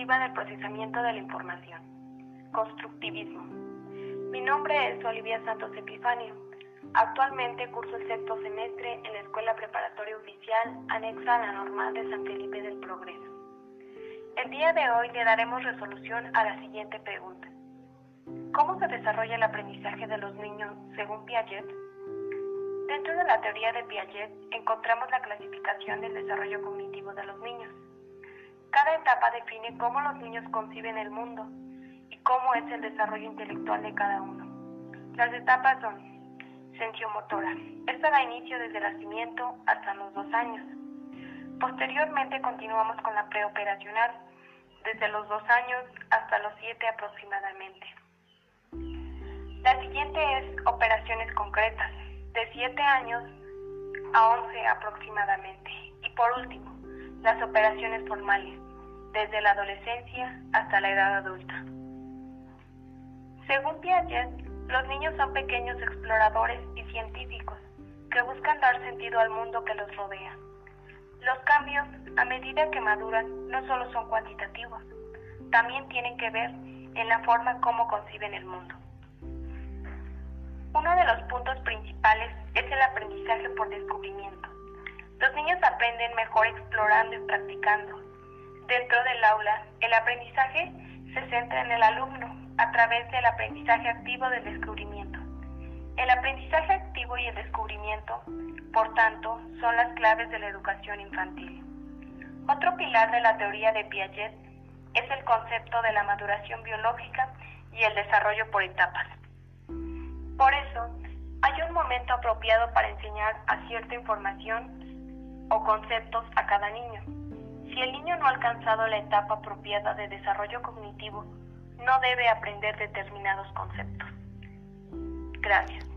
cognitiva del procesamiento de la información. Constructivismo. Mi nombre es Olivia Santos Epifanio. Actualmente curso el sexto semestre en la Escuela Preparatoria Oficial anexa a la Normal de San Felipe del Progreso. El día de hoy le daremos resolución a la siguiente pregunta. ¿Cómo se desarrolla el aprendizaje de los niños según Piaget? Dentro de la teoría de Piaget encontramos la clasificación del desarrollo cognitivo de los niños. Cada etapa define cómo los niños conciben el mundo y cómo es el desarrollo intelectual de cada uno. Las etapas son sensio-motora. Esta da inicio desde el nacimiento hasta los 2 años. Posteriormente continuamos con la preoperacional, desde los 2 años hasta los 7 aproximadamente. La siguiente es operaciones concretas, de 7 años a 11 aproximadamente. Y por último, las operaciones formales, desde la adolescencia hasta la edad adulta. Según Piaget, los niños son pequeños exploradores y científicos que buscan dar sentido al mundo que los rodea. Los cambios, a medida que maduran, no solo son cuantitativos, también tienen que ver en la forma como conciben el mundo. Uno de los puntos principales es el aprendizaje por descubrimiento. Los niños aprenden mejor explorando y practicando. Dentro del aula, el aprendizaje se centra en el alumno a través del aprendizaje activo del descubrimiento. El aprendizaje activo y el descubrimiento, por tanto, son las claves de la educación infantil. Otro pilar de la teoría de Piaget es el concepto de la maduración biológica y el desarrollo por etapas. Por eso, hay un momento apropiado para enseñar a cierta información o conceptos a cada niño. Si el niño no ha alcanzado la etapa apropiada de desarrollo cognitivo, no debe aprender determinados conceptos. Gracias.